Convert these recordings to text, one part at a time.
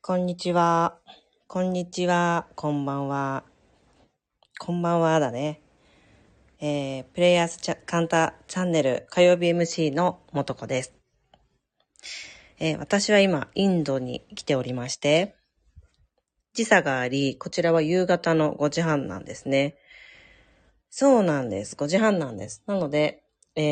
こんにちは。こんにちは。こんばんは。こんばんはだね。プレイヤーズカンタチャンネル火曜日 MC のもとこです。私は今、インドに来ておりまして、時差があり、こちらは夕方の5時半なんですね。そうなんです。5時半なんです。なので、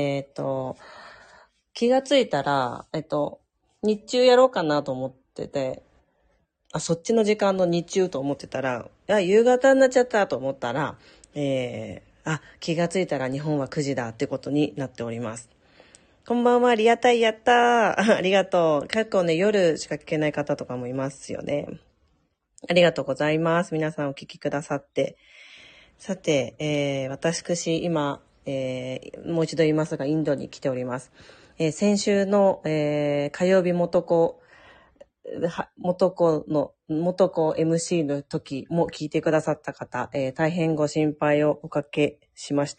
気がついたら、日中やろうかなと思ってて、そっちの時間の日中と思ってたら、夕方になっちゃったと思ったら、気がついたら日本は9時だってことになっております。こんばんは、リアタイやったー。ありがとう。結構ね、夜しか聞けない方とかもいますよね。ありがとうございます。皆さんお聞きくださって。さて、私、今、もう一度言いますが、インドに来ております。先週の、火曜日元子 MC の時も聞いてくださった方、大変ご心配をおかけしました。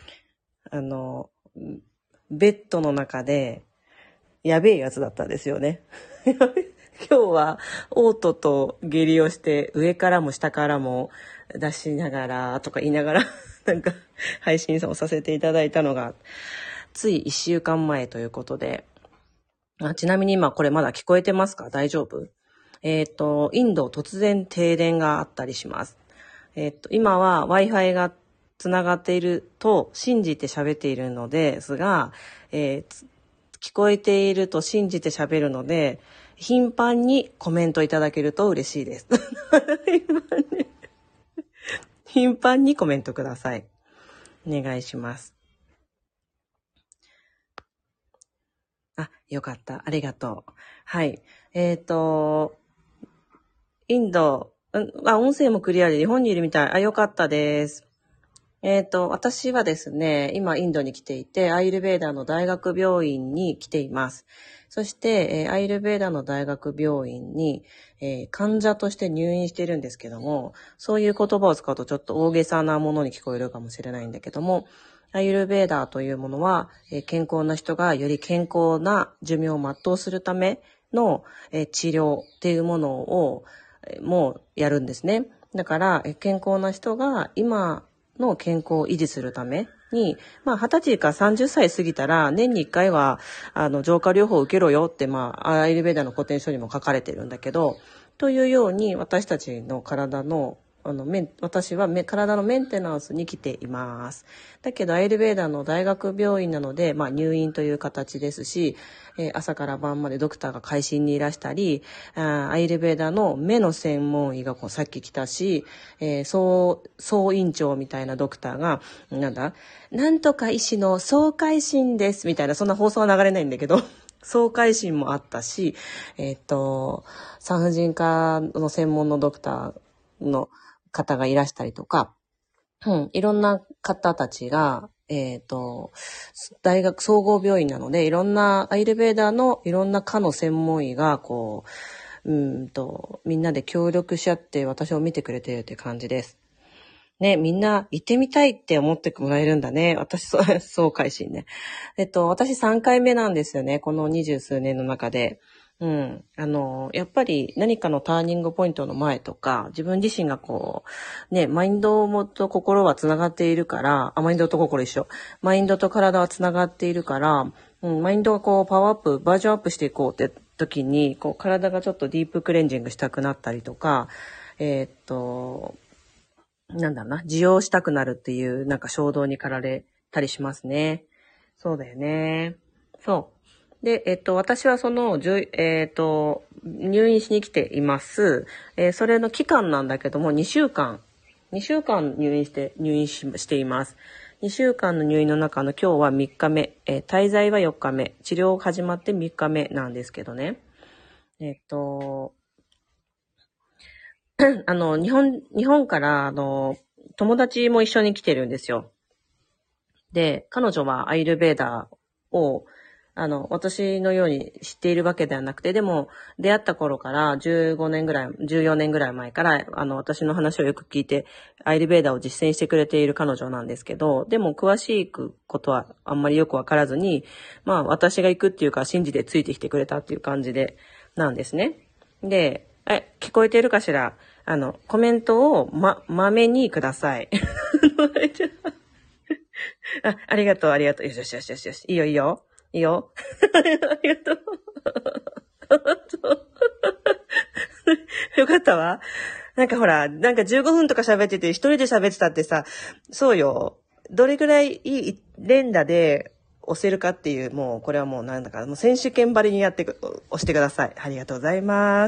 ベッドの中でやべえやつだったんですよね。今日は嘔吐と下痢をして上からも下からも出しながらとか言いながらなんか配信をさせていただいたのがつい1週間前ということで、ちなみに今これまだ聞こえてますか？大丈夫？インド突然停電があったりします。今は Wi-Fi がつながっていると信じて喋っているのですが、聞こえていると信じて喋るので、頻繁にコメントいただけると嬉しいです。頻繁にコメントください。お願いします。よかった。ありがとう。はい。インド、音声もクリアで日本にいるみたい。よかったです。私はですね、今インドに来ていて、アイルベーダの大学病院に来ています。そして、アイルベーダの大学病院に、患者として入院しているんですけども、そういう言葉を使うとちょっと大げさなものに聞こえるかもしれないんだけども、アイルベーダというものは、健康な人がより健康な寿命を全うするための、治療っていうものを、もうやるんですね。だから、健康な人が今の健康を維持するために、20歳か30歳過ぎたら年に1回は浄化療法を受けろよって、アイルベーダの古典書にも書かれてるんだけど、というように私たちの体の私は体のメンテナンスに来ています。だけどアイルベーダの大学病院なので、入院という形ですし、朝から晩までドクターが回診にいらしたり、アイルベーダの目の専門医がさっき来たし、総院長みたいなドクターが、なんとか医師の総会診ですみたいな、そんな放送は流れないんだけど、総会診もあったし、産婦人科の専門のドクターの方がいらしたりとか、いろんな方たちが、大学総合病院なので、いろんなアイルベーダーのいろんな科の専門医がみんなで協力し合って私を見てくれているって感じです。ね、みんな行ってみたいって思ってもらえるんだね。私、そう開心ね。私3回目なんですよね。この20数年の中で。やっぱり何かのターニングポイントの前とか、自分自身がマインドと心はつながっているから、マインドと心一緒。マインドと体はつながっているから、マインドがパワーアップ、バージョンアップしていこうって時に、体がちょっとディープクレンジングしたくなったりとか、受容したくなるっていう衝動に駆られたりしますね。そうだよね。そう。で、私は入院しに来ています。それの期間なんだけども、2週間入院しています。2週間の入院の中の今日は3日目、滞在は4日目、治療が始まって3日目なんですけどね。日本から、友達も一緒に来てるんですよ。で、彼女はアイルベーダーを、私のように知っているわけではなくて、でも、出会った頃から14年ぐらい前から、私の話をよく聞いて、アイルベーダーを実践してくれている彼女なんですけど、でも、詳しいことはあんまりよくわからずに、私が行くっていうか、信じてついてきてくれたっていう感じで、なんですね。で、 聞こえてるかしら？コメントをまめにください。ありがとう、ありがとう。よしよしよしよしよし。いいよ、いいよ。いいよ。ありがとう。よかったわ。なんかほら、なんか15分とか喋ってて、一人で喋ってたってさ、そうよ。どれぐらいいい連打で押せるかっていう、もう、これはもうなんだか、もう選手権ばりに押してください。ありがとうございます。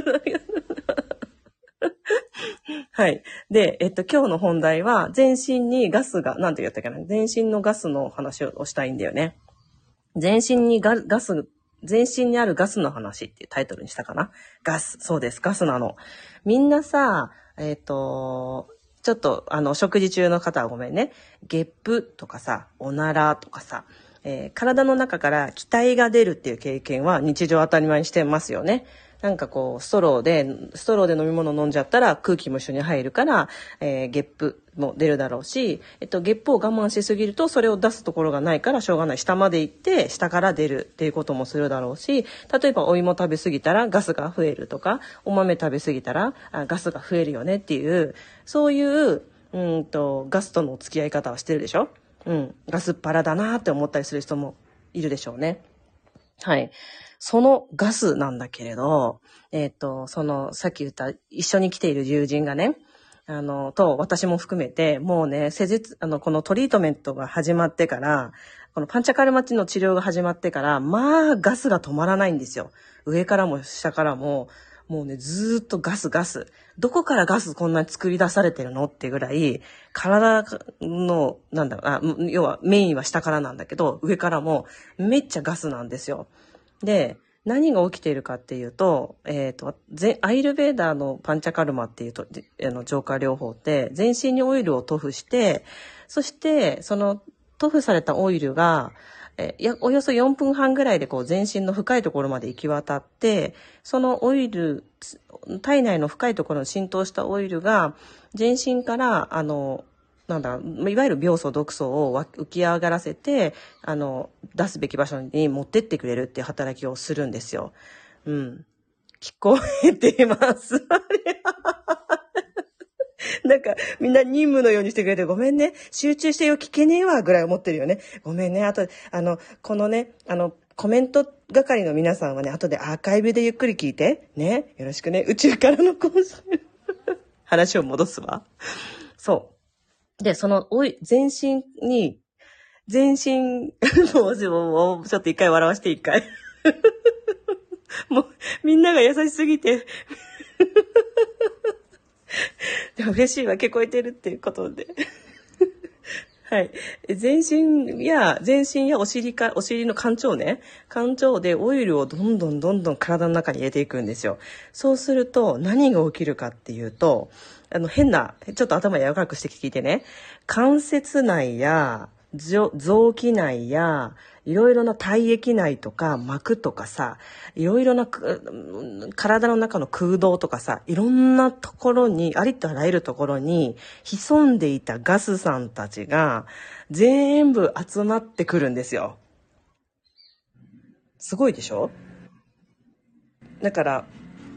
はい。で、今日の本題は、全身にガスが、なんて言ったっけな、全身のガスの話をしたいんだよね。全身に全身にあるガスの話っていうタイトルにしたかな。ガス。そうです。ガスなの。みんなさ、ちょっと、食事中の方はごめんね。ゲップとかさ、おならとかさ、体の中から気体が出るっていう経験は日常当たり前にしてますよね。なんかこう、ストローで飲み物飲んじゃったら空気も一緒に入るから、ゲップも出るだろうし、ゲップを我慢しすぎるとそれを出すところがないからしょうがない。下まで行って下から出るっていうこともするだろうし、例えばお芋食べ過ぎたらガスが増えるとか、お豆食べ過ぎたらガスが増えるよねっていう、そういうガスとの付き合い方はしてるでしょ。ガスっ腹だなって思ったりする人もいるでしょうね。はい。そのガスなんだけれど、さっき言った一緒に来ている友人がね、私も含めて、もうね、このトリートメントが始まってから、このパンチャカルマチの治療が始まってから、まあ、ガスが止まらないんですよ。上からも下からも、もうね、ずーっとガス。どこからガスこんなに作り出されてるのってぐらい、体の、要はメインは下からなんだけど、上からもめっちゃガスなんですよ。で、何が起きているかっていうと、アイルベーダーのパンチャカルマっていうと、浄化療法って、全身にオイルを塗布して、そして、その塗布されたオイルが、およそ4分半ぐらいでこう全身の深いところまで行き渡って、そのオイル、体内の深いところに浸透したオイルが、全身から、いわゆる病素毒素を浮き上がらせて、出すべき場所に持ってってくれるっていう働きをするんですよ。聞こえています。なんか、みんな任務のようにしてくれてごめんね。集中してよ、聞けねえわ、ぐらい思ってるよね。ごめんね。あと、このね、コメント係の皆さんはね、後でアーカイブでゆっくり聞いて。ね。よろしくね。宇宙からの講師。話を戻すわ。そう。で、全身、もうちょっと一回笑わして一回。もう、みんなが優しすぎて。でも嬉しいわ、聞こえてるっていうことで。はい。全身やお尻の肝腸ね。肝腸でオイルをどんどん体の中に入れていくんですよ。そうすると何が起きるかっていうと、ちょっと頭柔らかくして聞いてね。関節内や臓器内やいろいろな体液内とか膜とかさ、いろいろな体の中の空洞とかさ、いろんなところに、ありとあらゆるところに潜んでいたガスさんたちが全部集まってくるんですよ。すごいでしょ？だから、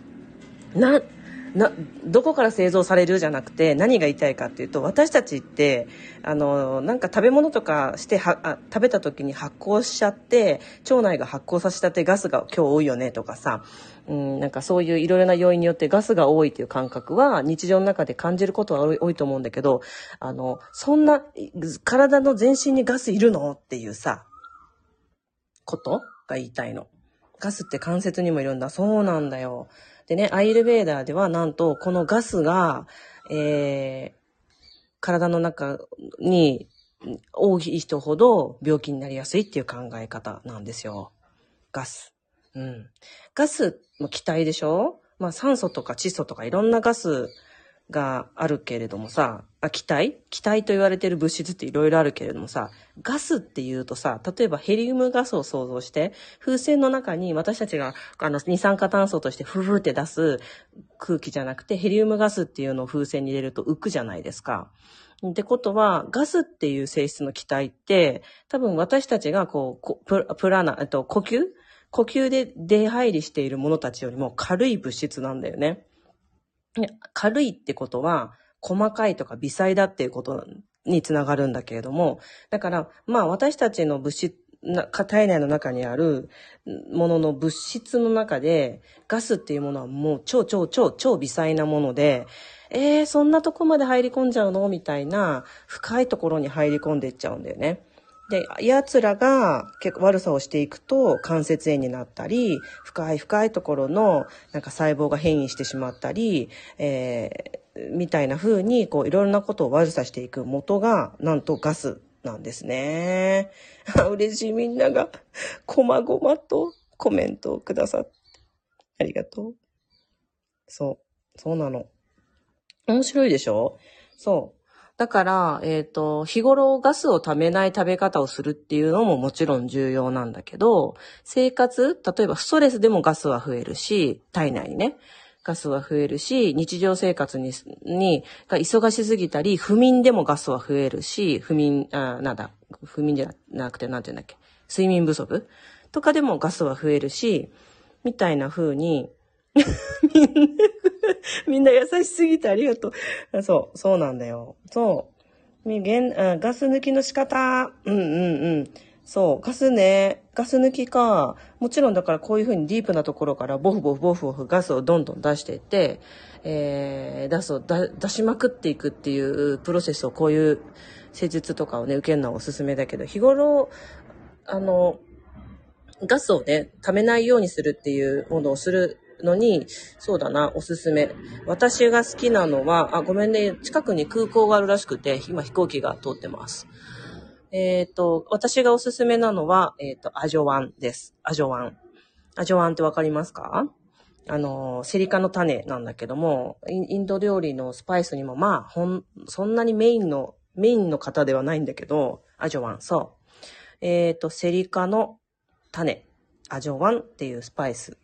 どこから製造されるじゃなくて何が言いたいかっていうと、私たちってなんか食べ物とかして食べた時に発酵しちゃって腸内が発酵させちゃってガスが今日多いよねとかさ、なんかそういういろいろな要因によってガスが多いっていう感覚は日常の中で感じることは多いと思うんだけど、そんな体の全身にガスいるのっていうさことが言いたいの。ガスって関節にもいるんだ。そうなんだよ。でね、アイルベーダーではなんとこのガスが、体の中に多い人ほど病気になりやすいっていう考え方なんですよ。ガス。ガスも気体でしょ？酸素とか窒素とかいろんなガスがあるけれどもさ、気体と言われている物質っていろいろあるけれどもさ、ガスっていうとさ、例えばヘリウムガスを想像して、風船の中に私たちが二酸化炭素としてフーって出す空気じゃなくて、ヘリウムガスっていうのを風船に入れると浮くじゃないですか。ってことは、ガスっていう性質の気体って、多分私たちが呼吸呼吸で出入りしているものたちよりも軽い物質なんだよね。軽いってことは、細かいとか微細だっていうことにつながるんだけれども、だから、私たちの体内の中にあるものの物質の中で、ガスっていうものはもう超微細なもので、そんなとこまで入り込んじゃうのみたいな深いところに入り込んでいっちゃうんだよね。で、奴らが結構悪さをしていくと関節炎になったり、深いところのなんか細胞が変異してしまったり、みたいな風にこういろんなことを悪さしていく元がなんとガスなんですね。嬉しい、みんながこまごまとコメントをくださってありがとう。そうなの。面白いでしょ？そう。だから、日頃ガスをためない食べ方をするっていうのももちろん重要なんだけど、例えばストレスでもガスは増えるし、体内にね、ガスは増えるし、日常生活が忙しすぎたり、不眠でもガスは増えるし、不眠じゃなくて、なんて言うんだっけ、睡眠不足とかでもガスは増えるし、みたいな風に、みんな優しすぎてありがとう。そうなんだよ。そう。ガス抜きの仕方。そう、ガス抜きか。もちろんだからこういう風にディープなところからボフボフガスをどんどん出していって、出しまくっていくっていうプロセスをこういう施術とかをね、受けるのはおすすめだけど、日頃、ガスをね、溜めないようにするっていうものをするのに、そうだな、おすすめ。私が好きなのは、ごめんね、近くに空港があるらしくて、今飛行機が通ってます。私がおすすめなのは、アジョワンです。アジョワンってわかりますか？セリ科の種なんだけども、インド料理のスパイスにも、そんなにメインの方ではないんだけど、アジョワン、そう。セリ科の種、アジョワンっていうスパイス。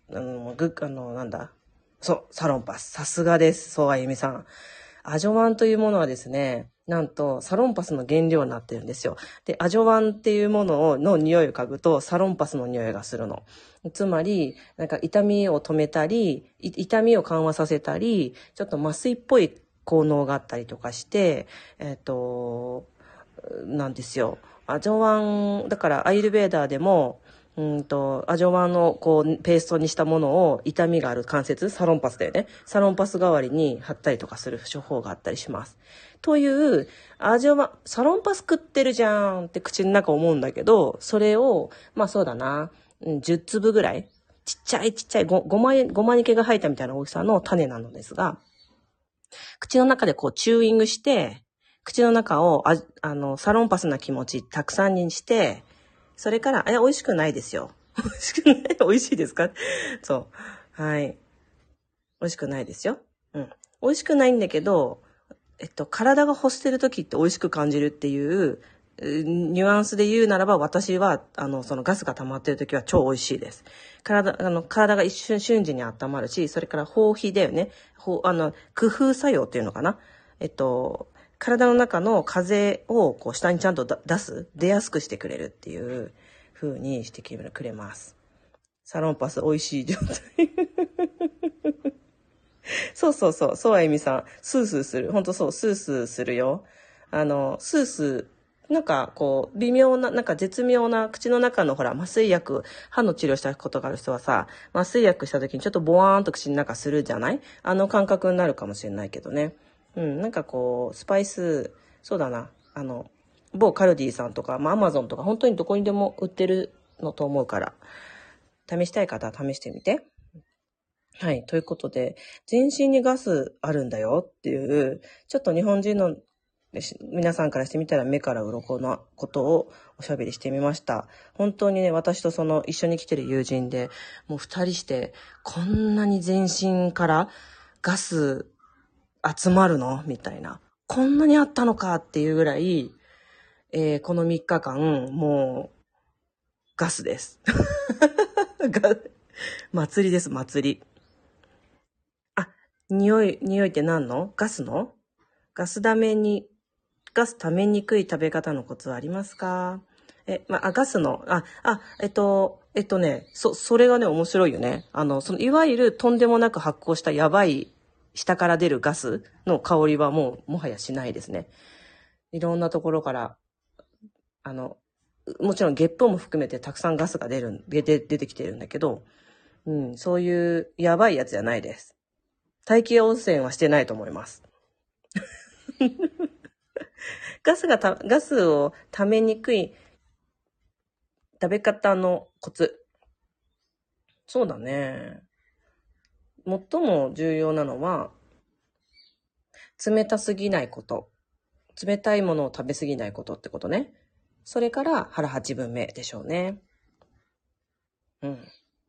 サロンパス。さすがです。そう、あゆみさん。アジョワンというものはですね、なんとサロンパスの原料になってるんですよ。で、アジョワンっていうものの匂いを嗅ぐとサロンパスの匂いがするの。つまり、なんか痛みを止めたり、痛みを緩和させたり、ちょっと麻酔っぽい効能があったりとかして、なんですよ。アジョワン、だからアイルベーダーでも、アジョワンのこうペーストにしたものを痛みがある関節、サロンパスだよね。サロンパス代わりに貼ったりとかする処方があったりします。という、サロンパス食ってるじゃんって口の中思うんだけど、それを、そうだな、10粒ぐらい、ちっちゃいごまに毛が生えたみたいな大きさの種なのですが、口の中でこうチューイングして、口の中をサロンパスな気持ちたくさんにして、それから、美味しくないですよ。美味しくない？美味しいですか？そう。はい。美味しくないですよ。美味しくないんだけど、体が欲してる時って美味しく感じるっていう、ニュアンスで言うならば、私は、そのガスが溜まってる時は超美味しいです。体が瞬時に温まるし、それから包皮だよね。工夫作用っていうのかな。体の中の風をこう下にちゃんと出やすくしてくれるっていう風にしてくれます。サロンパス美味しい状態。そう、あゆみさん。スースーする。ほんとそう、スースーするよ。スースー、なんかこう、なんか絶妙な口の中のほら、麻酔薬、歯の治療したことがある人はさ、麻酔薬した時にちょっとボワーンと口の中するじゃない？あの感覚になるかもしれないけどね。なんかこう、スパイス、そうだな。某カルディさんとか、アマゾンとか、本当にどこにでも売ってるのと思うから、試したい方は試してみて。はい。ということで、全身にガスあるんだよっていう、ちょっと日本人の皆さんからしてみたら目から鱗なことをおしゃべりしてみました。本当にね、私とその一緒に来てる友人で、もう二人して、こんなに全身からガス集まるのみたいな。こんなにあったのかっていうぐらい、この3日間、もう、ガスです。祭りです、祭り。匂いって何の？ガスの？ガス溜めにくい食べ方のコツはありますか？ガスの、 それがね、面白いよね。いわゆるとんでもなく発酵したやばい下から出るガスの香りはもはやしないですね。いろんなところから、もちろんゲップも含めてたくさんガスが出てきてるんだけど、そういうやばいやつじゃないです。大気汚染はしてないと思います。ガスを溜めにくい食べ方のコツ。そうだね。最も重要なのは、冷たすぎないこと。冷たいものを食べすぎないことってことね。それから腹八分目でしょうね。うん。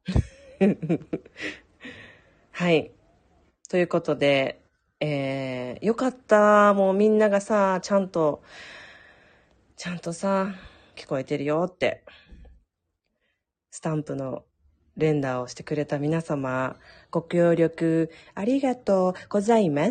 はい。ということで、よかった。もうみんながさ、ちゃんとさ、聞こえてるよって。スタンプの連打をしてくれた皆様、ご協力ありがとうございます。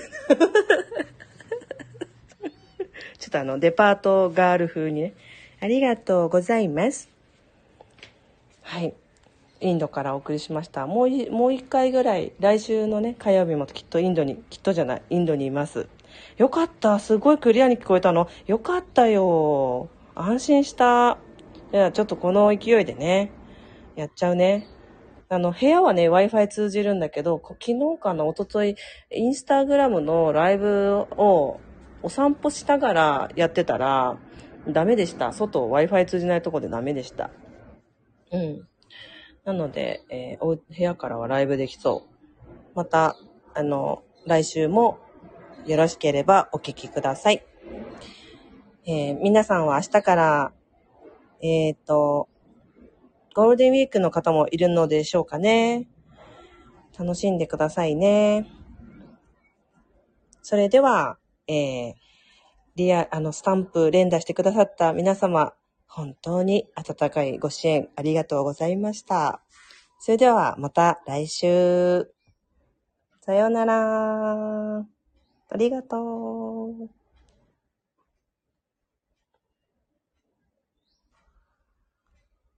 ちょっとデパートガール風にね、ありがとうございます。はい。インドからお送りしました。もう一回ぐらい、来週のね、火曜日もきっとインドにいます。よかった。すごいクリアに聞こえたの。よかったよ。安心した。じゃあちょっとこの勢いでね、やっちゃうね。部屋はね、Wi-Fi 通じるんだけど、昨日かな、一昨日インスタグラムのライブをお散歩しながらやってたら、ダメでした。Wi-Fi 通じないとこでダメでした。うん。なので、部屋からはライブできそう。また、来週もよろしければお聞きください。皆さんは明日から、ゴールデンウィークの方もいるのでしょうかね。楽しんでくださいね。それでは、スタンプ連打してくださった皆様、本当に温かいご支援ありがとうございました。それではまた来週。さようなら。ありがとう。